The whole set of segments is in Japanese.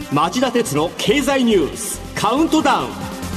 町田鉄の経済ニュースカウントダウン。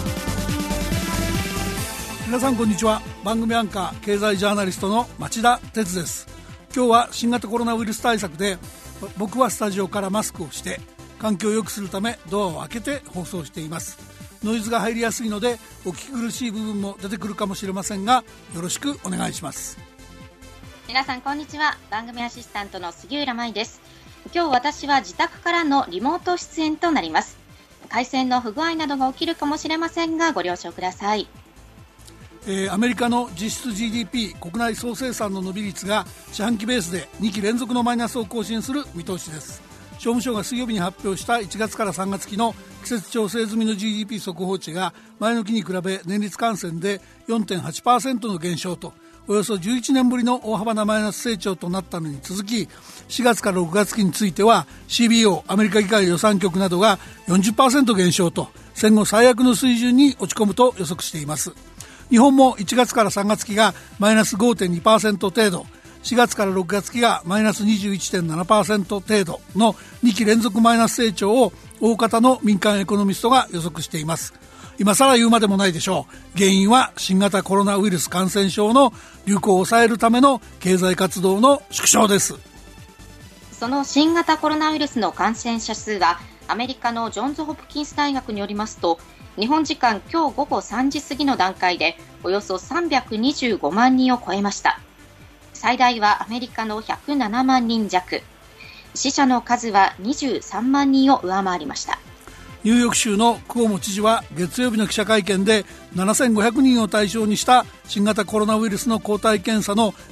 皆さんこんにちは。番組アンカー経済ジャーナリストの町田鉄です。今日は新型コロナウイルス対策で僕はスタジオからマスクをして環境を良くするためドアを開けて放送しています。ノイズが入りやすいのでお聞き苦しい部分も出てくるかもしれませんがよろしくお願いします。 皆さんこんにちは。番組アシスタントの杉浦舞です。今日私は自宅からのリモート出演となります。回線の不具合などが起きるかもしれませんがご了承ください。 アメリカの実質 GDP 国内総生産の伸び率が四半期ベースで2期連続のマイナスを更新する見通しです。商務省が水曜日に発表した1月から3月期の季節調整済みの GDP 速報値が前の期に比べ年率換算で 4.8% の減少とおよそ11年ぶりの大幅なマイナス成長となったのに続き、4月から6月期については CBO アメリカ議会予算局などが 40% 減少と戦後最悪の水準に落ち込むと予測しています。日本も1月から3月期がマイナス 5.2% 程度、4月から6月期がマイナス 21.7% 程度の2期連続マイナス成長を大方の民間エコノミストが予測しています。今更言うまでもないでしょう。原因は新型コロナウイルス感染症の流行を抑えるための経済活動の縮小です。 その新型コロナウイルスの感染者数はアメリカのジョンズ・ホプキンス大学によりますと、日本時間今日午後3時過ぎの段階でおよそ325万人を超えました。最大はアメリカの107万人弱、死者の数は23万人を上回りました。 ニューヨーク州のクオモ知事は月曜日の記者会見で7500人を対象にした新型コロナウイルスの抗体検査の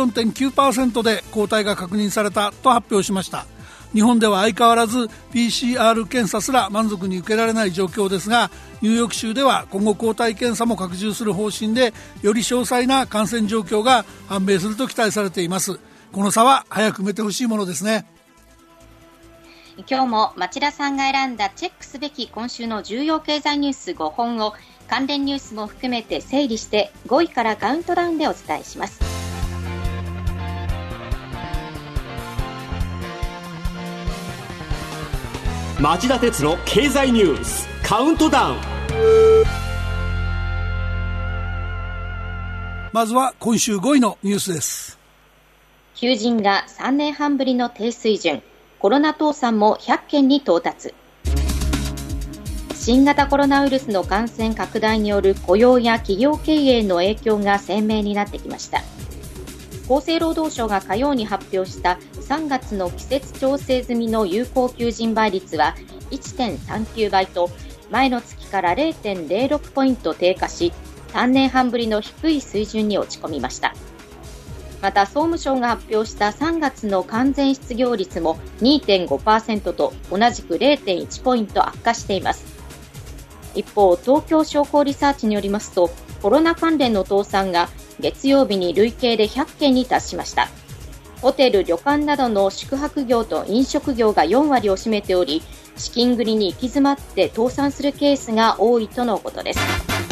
14.9% で抗体が確認されたと発表しました。日本では相変わらず PCR 検査すら満足に受けられない状況ですが、ニューヨーク州では今後抗体検査も拡充する方針でより詳細な感染状況が判明すると期待されています。この差は早く埋めてほしいものですね。 今日も町田さんが選んだチェックすべき今週の重要経済ニュース5本を関連ニュースも含めて整理して5位からカウントダウンでお伝えします。 町田鉄の経済ニュースカウントダウン。 まずは今週5位のニュースです。 求人が3年半ぶりの低水準、コロナ倒産も100件に到達。新型コロナウイルスの感染拡大による雇用や企業経営の影響が鮮明になってきました。厚生労働省が火曜に発表した3月の季節調整済みの有効求人倍率は 1.39 倍と前の月から 0.06 ポイント低下し、3年半ぶりの低い水準に落ち込みました。また総務省が発表した3月の完全失業率も 2.5% と同じく 0.1 ポイント悪化しています。一方、東京商工リサーチによりますと、コロナ関連の倒産が月曜日に累計で100件に達しました。ホテル・旅館などの宿泊業と飲食業が4割を占めており、資金繰りに行き詰まって倒産するケースが多いとのことです。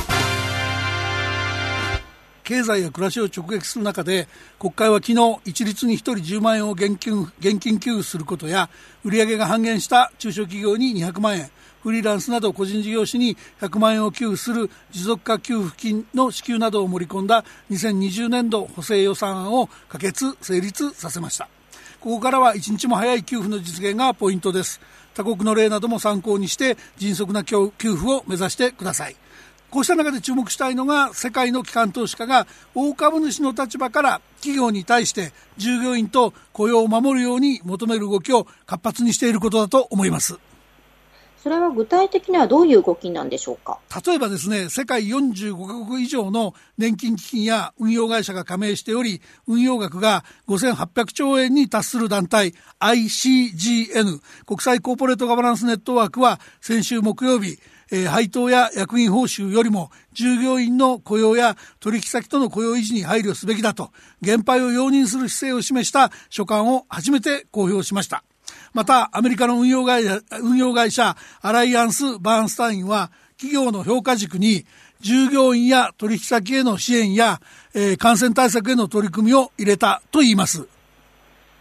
経済や暮らしを直撃する中で、国会は昨日一律に1人10万円を現金給付することや、売上が半減した中小企業に200万円、フリーランスなど個人事業主に100万円を給付する持続化給付金の支給などを盛り込んだ2020年度補正予算案を可決・成立させました。ここからは一日も早い給付の実現がポイントです。他国の例なども参考にして迅速な給付を目指してください。こうした中で注目したいのが、世界の機関投資家が大株主の立場から企業に対して従業員と雇用を守るように求める動きを活発にしていることだと思います。 それは具体的にはどういう動きなんでしょうか。 例えばですね、世界45カ国以上の年金基金や運用会社が加盟しており、運用額が5800兆円に達する団体 ICGN 国際コーポレートガバナンスネットワークは先週木曜日、配当や役員報酬よりも従業員の雇用や取引先との雇用維持に配慮すべきだと減配を容認する姿勢を示した書簡を初めて公表しました。またアメリカの運用会社アライアンス・バーンスタインは企業の評価軸に従業員や取引先への支援や、感染対策への取り組みを入れたといいます。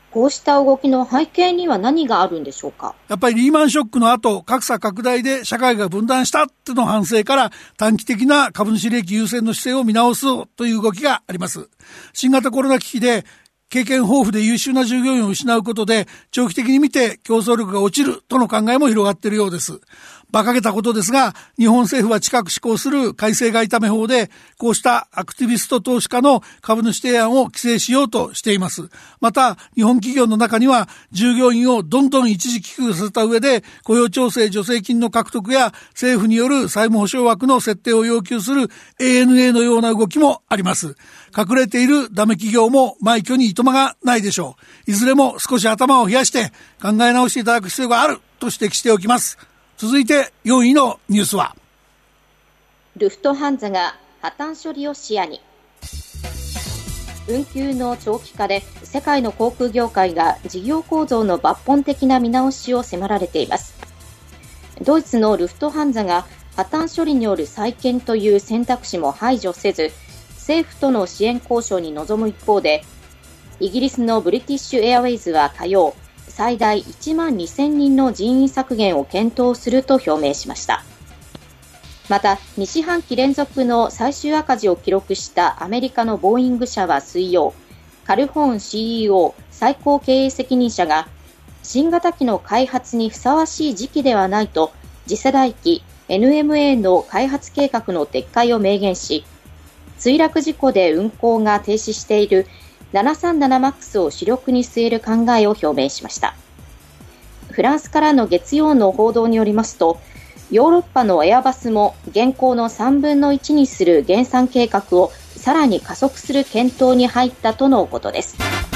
こうした動きの背景には何があるんでしょうか。 やっぱりリーマンショックの後、格差拡大で社会が分断したっての反省から短期的な株主利益優先の姿勢を見直すという動きがあります。新型コロナ危機で経験豊富で優秀な従業員を失うことで長期的に見て競争力が落ちるとの考えも広がっているようです。馬鹿げたことですが、日本政府は近く施行する改正外為法でこうしたアクティビスト投資家の株主提案を規制しようとしています。また日本企業の中には従業員をどんどん一時帰国させた上で雇用調整助成金の獲得や政府による債務保証枠の設定を要求する ANA のような動きもあります。隠れているダメ企業も枚挙にいとまがないでしょう。いずれも少し頭を冷やして考え直していただく必要があると指摘しておきます。続いて4位のニュースは、 ルフトハンザが破綻処理を視野に。運休の長期化で世界の航空業界が事業構造の抜本的な見直しを迫られています。ドイツのルフトハンザが破綻処理による再建という選択肢も排除せず、政府との支援交渉に臨む一方で、イギリスのブリティッシュエアウェイズは火曜、最大1万2000人の人員削減を検討すると表明しました。また2四半期連続の最終赤字を記録したアメリカのボーイング社は水曜、カルホーン CEO 最高経営責任者が新型機の開発にふさわしい時期ではないと次世代機 NMA の開発計画の撤回を明言し、墜落事故で運航が停止している 737MAX を主力に据える考えを表明しました。フランスからの月曜の報道によりますと、ヨーロッパのエアバスも現行の3分の1にする減産計画をさらに加速する検討に入ったとのことです。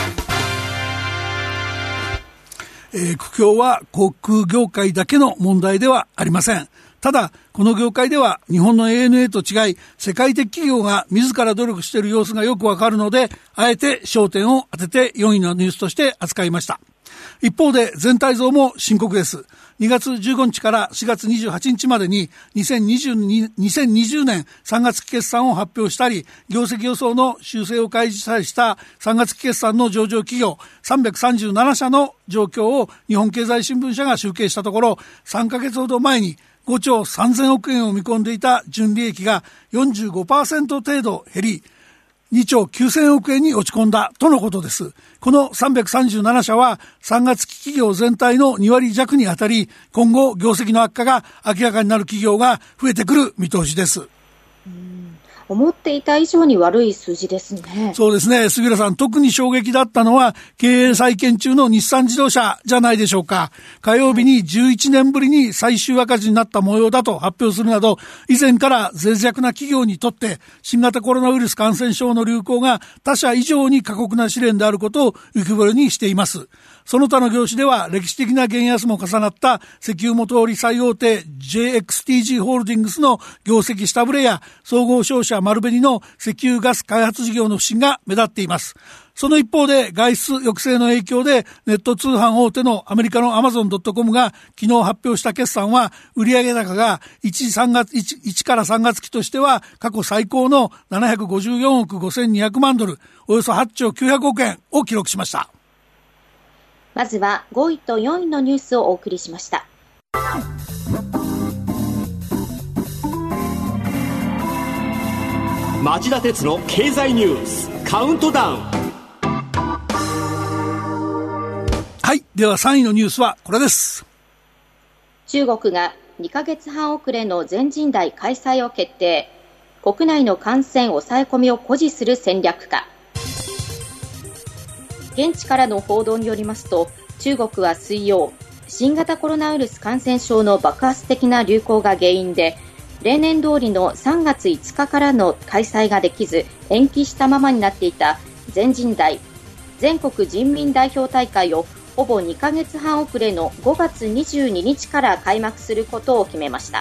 苦境は航空業界だけの問題ではありません。ただこの業界では日本の ANA と違い世界的企業が自ら努力している様子がよくわかるので、あえて焦点を当てて4位のニュースとして扱いました。一方で全体像も深刻です。2月15日から4月28日までに2020年3月期決算を発表したり、業績予想の修正を開示したりした3月期決算の上場企業337社の状況を日本経済新聞社が集計したところ、3ヶ月ほど前に5兆3000億円を見込んでいた純利益が 45% 程度減り、2兆9000億円に落ち込んだとのことです。この337社は3月期企業全体の2割弱にあたり、今後業績の悪化が明らかになる企業が増えてくる見通しです。 思っていた以上に悪い数字ですね。 そうですね。杉浦さん、特に衝撃だったのは経営再建中の日産自動車じゃないでしょうか。火曜日に11年ぶりに最終赤字になった模様だと発表するなど、以前から脆弱な企業にとって新型コロナウイルス感染症の流行が他社以上に過酷な試練であることを浮き彫りにしています。その他の業種では歴史的な減安も重なった石油元売り最大手 JXTG ホールディングスの業績下振れや、総合商社丸紅の石油ガス開発事業の不振が目立っています。その一方で外出抑制の影響でネット通販大手のアメリカの Amazon.com が昨日発表した決算は、売上高が1から3月期としては過去最高の754億5200万ドル、およそ8兆900億円を記録しました。 まずは5位と4位のニュースをお送りしました。 町田鉄の経済ニュースカウントダウン。 はい、では3位のニュースはこれです。 中国が2ヶ月半遅れの全人代開催を決定。国内の感染抑え込みを誇示する戦略か。現地からの報道によりますと、中国は水曜、新型コロナウイルス感染症の爆発的な流行が原因で、例年通りの3月5日からの開催ができず延期したままになっていた全人代全国人民代表大会をほぼ2ヶ月半遅れの5月22日から開幕することを決めました。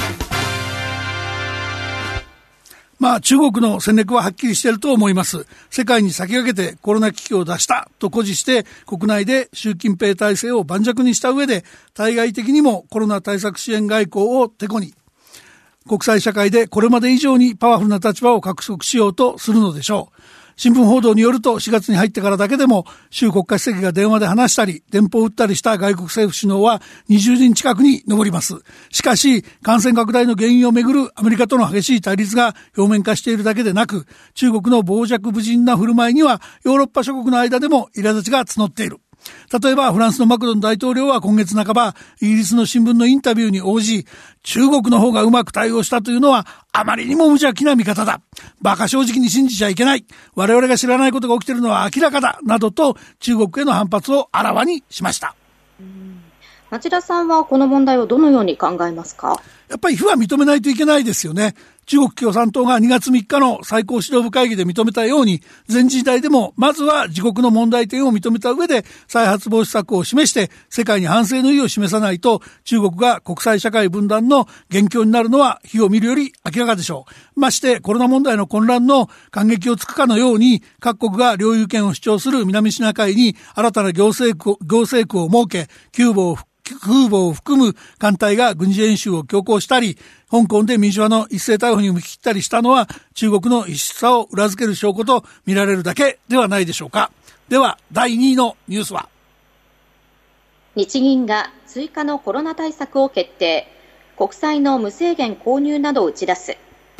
中国の戦略ははっきりしていると思います。世界に先駆けてコロナ危機を脱したと誇示して国内で習近平体制を盤石にした上で、対外的にもコロナ対策支援外交をてこに国際社会でこれまで以上にパワフルな立場を獲得しようとするのでしょう。 新聞報道によると4月に入ってからだけでも習国家主席が電話で話したり電報を打ったりした外国政府首脳は20人近くに上ります。しかし感染拡大の原因をめぐるアメリカとの激しい対立が表面化しているだけでなく、中国の傍若無人な振る舞いにはヨーロッパ諸国の間でも苛立ちが募っている。例えばフランスのマクロン大統領は今月半ばイギリスの新聞のインタビューに応じ、中国の方がうまく対応したというのはあまりにも無邪気な見方だ、馬鹿正直に信じちゃいけない、我々が知らないことが起きているのは明らかだなどと中国への反発をあらわにしました。 町田さんはこの問題をどのように考えますか？ やっぱり非は認めないといけないですよね。中国共産党が2月3日の最高指導部会議で認めたように、全時代でもまずは自国の問題点を認めた上で再発防止策を示して世界に反省の意を示さないと、中国が国際社会分断の元凶になるのは火を見るより明らかでしょう。ましてコロナ問題の混乱の間隙をつくかのように各国が領有権を主張する南シナ海に新たな行政区を設け、空母を含む艦隊が軍事演習を強行したり、香港で民主派の一斉逮捕に踏み切ったりしたのは中国の異質さを裏付ける証拠と見られるだけではないでしょうか。では第2位のニュースは、 日銀が追加のコロナ対策を決定、国債の無制限購入などを打ち出す。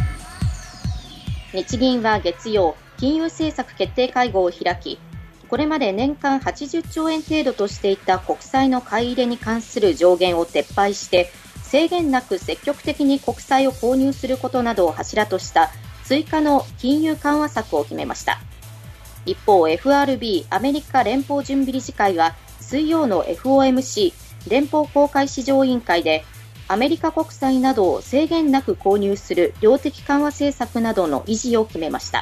日銀は月曜、金融政策決定会合を開き、これまで年間80兆円程度としていた国債の買い入れに関する上限を撤廃して、制限なく積極的に国債を購入することなどを柱とした追加の金融緩和策を決めました。一方、FRB アメリカ連邦準備理事会は水曜の FOMC 連邦公開市場委員会で、アメリカ国債などを制限なく購入する量的緩和政策などの維持を決めました。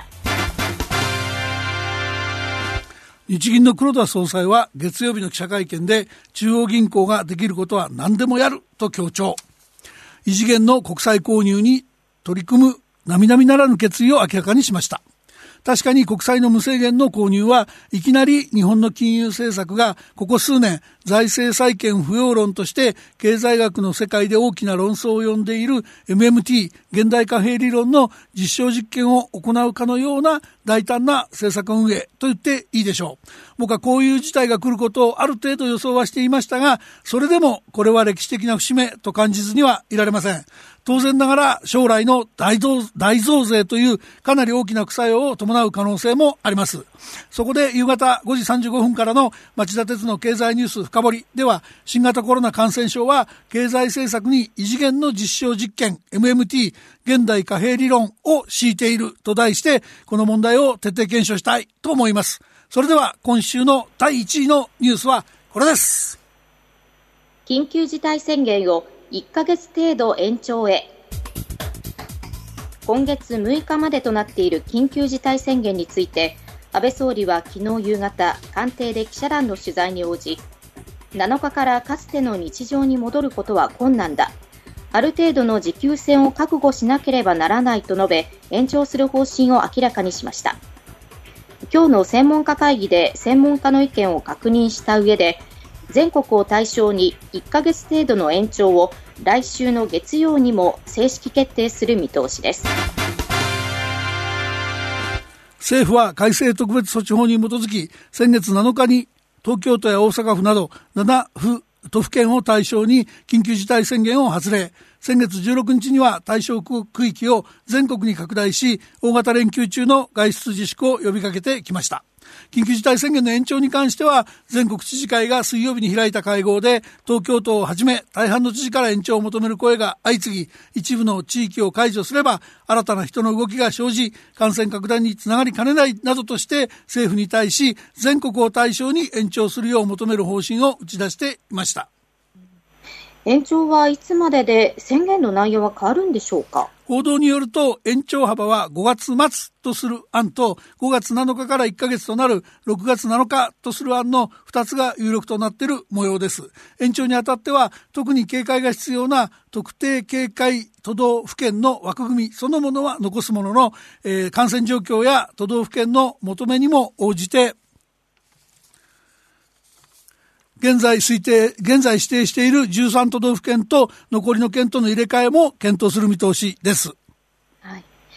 日銀の黒田総裁は月曜日の記者会見で、中央銀行ができることは何でもやると強調。異次元の国債購入に取り組む並々ならぬ決意を明らかにしました。確かに国債の無制限の購入はいきなり日本の金融政策がここ数年財政再建不要論として経済学の世界で大きな論争を呼んでいる MMT 現代貨幣理論の実証実験を行うかのような大胆な政策運営と言っていいでしょう。僕はこういう事態が来ることをある程度予想はしていましたが、それでもこれは歴史的な節目と感じずにはいられません。当然ながら将来の大増税というかなり大きな副作用を伴う可能性もあります。そこで夕方5時35分からの町田鉄の経済ニュース深掘りでは、新型コロナ感染症は経済政策に異次元の実証実験 MMT 現代貨幣理論を敷いていると題して、この問題を徹底検証したいと思います。それでは今週の第1位のニュースはこれです。 緊急事態宣言を1ヶ月程度延長へ。今月6日までとなっている緊急事態宣言について、安倍総理は昨日夕方、官邸で記者団の取材に応じ、7日からかつての日常に戻ることは困難だ。ある程度の持久戦を覚悟しなければならないと述べ、延長する方針を明らかにしました。今日の専門家会議で専門家の意見を確認した上で、全国を対象に1ヶ月程度の延長を来週の月曜にも正式決定する見通しです。 政府は改正特別措置法に基づき、先月7日に東京都や大阪府など7都府県を対象に緊急事態宣言を発令。先月16日には対象区域を全国に拡大し、大型連休中の外出自粛を呼びかけてきました。緊急事態宣言の延長に関しては、全国知事会が水曜日に開いた会合で、東京都をはじめ大半の知事から延長を求める声が相次ぎ、一部の地域を解除すれば新たな人の動きが生じ、感染拡大につながりかねないなどとして、政府に対し全国を対象に延長するよう求める方針を打ち出していました。 延長はいつまでで、宣言の内容は変わるんでしょうか。 報道によると、延長幅は5月末とする案と5月7日から1ヶ月となる6月7日とする案の2つが有力となっている模様です。延長にあたっては特に警戒が必要な特定警戒都道府県の枠組みそのものは残すものの、感染状況や都道府県の求めにも応じて現在指定している13都道府県と残りの県との入れ替えも検討する見通しです。 はい、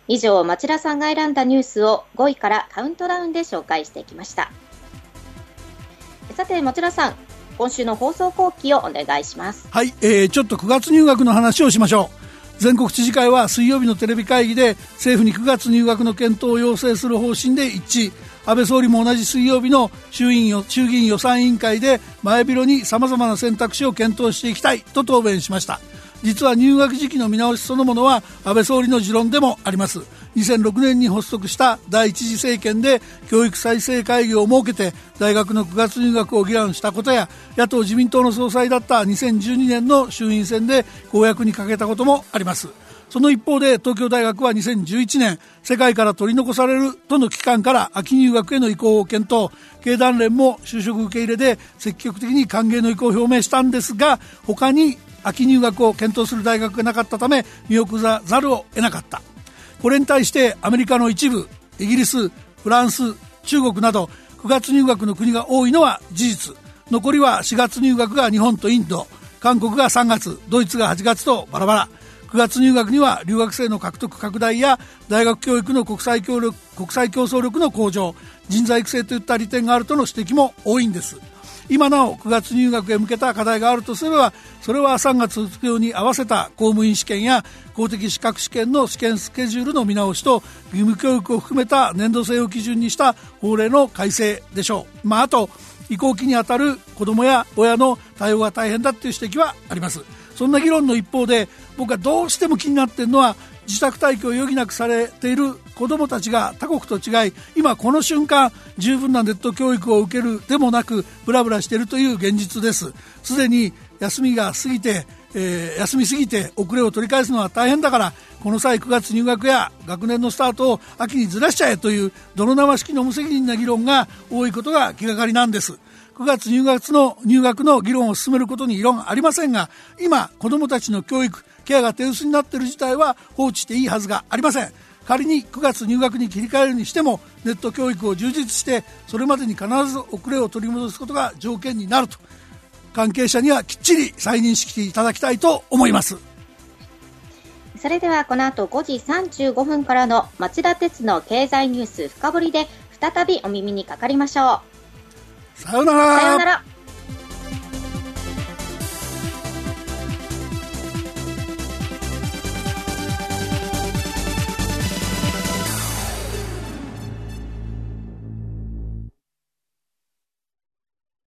以上、町田さんが選んだニュースを5位からカウントダウンで紹介してきました。さて町田さん、今週の放送後期をお願いします。 はい、ちょっと9月入学の話をしましょう。全国知事会は水曜日のテレビ会議で政府に9月入学の検討を要請する方針で一致。安倍総理も同じ水曜日の衆議院予算委員会で前広に様々な選択肢を検討していきたいと答弁しました。実は入学時期の見直しそのものは安倍総理の持論でもあります。2006年に発足した第一次政権で教育再生会議を設けて大学の9月入学を議論したことや、野党自民党の総裁だった2012年の衆院選で公約にかけたこともあります。その一方で東京大学は2011年世界から取り残されるとの期間から秋入学への移行を検討。経団連も就職受け入れで積極的に歓迎の意向を表明したんですが、他に秋入学を検討する大学がなかったため見送らざるを得なかった。これに対してアメリカの一部、イギリス、フランス、中国など9月入学の国が多いのは事実。残りは4月入学が日本とインド、韓国が3月、ドイツが8月とバラバラ。9月入学には留学生の獲得拡大や大学教育の国際競争力の向上、人材育成といった利点があるとの指摘も多いんです。今なお9月入学へ向けた課題があるとすれば、それは3月卒業に合わせた公務員試験や公的資格試験の試験スケジュールの見直しと義務教育を含めた年度制を基準にした法令の改正でしょう。あと移行期にあたる子どもや親の対応が大変だという指摘はあります。そんな議論の一方で、僕はどうしても気になっているのは、自宅待機を余儀なくされている子どもたちが他国と違い、今この瞬間十分なネット教育を受けるでもなくブラブラしているという現実です。すでに休みすぎて遅れを取り返すのは大変だから、この際9月入学や学年のスタートを秋にずらしちゃえという泥縄式の無責任な議論が多いことが気がかりなんです。9月入学の議論を進めることに異論ありませんが、今子どもたちの教育ケアが手薄になっている事態は放置していいはずがありません。仮に9月入学に切り替えるにしても、ネット教育を充実してそれまでに必ず遅れを取り戻すことが条件になると、関係者にはきっちり再認識いただきたいと思います。 それではこの後5時35分からの町田鉄の経済ニュース深掘りで再びお耳にかかりましょう。 さようなら。 さようなら。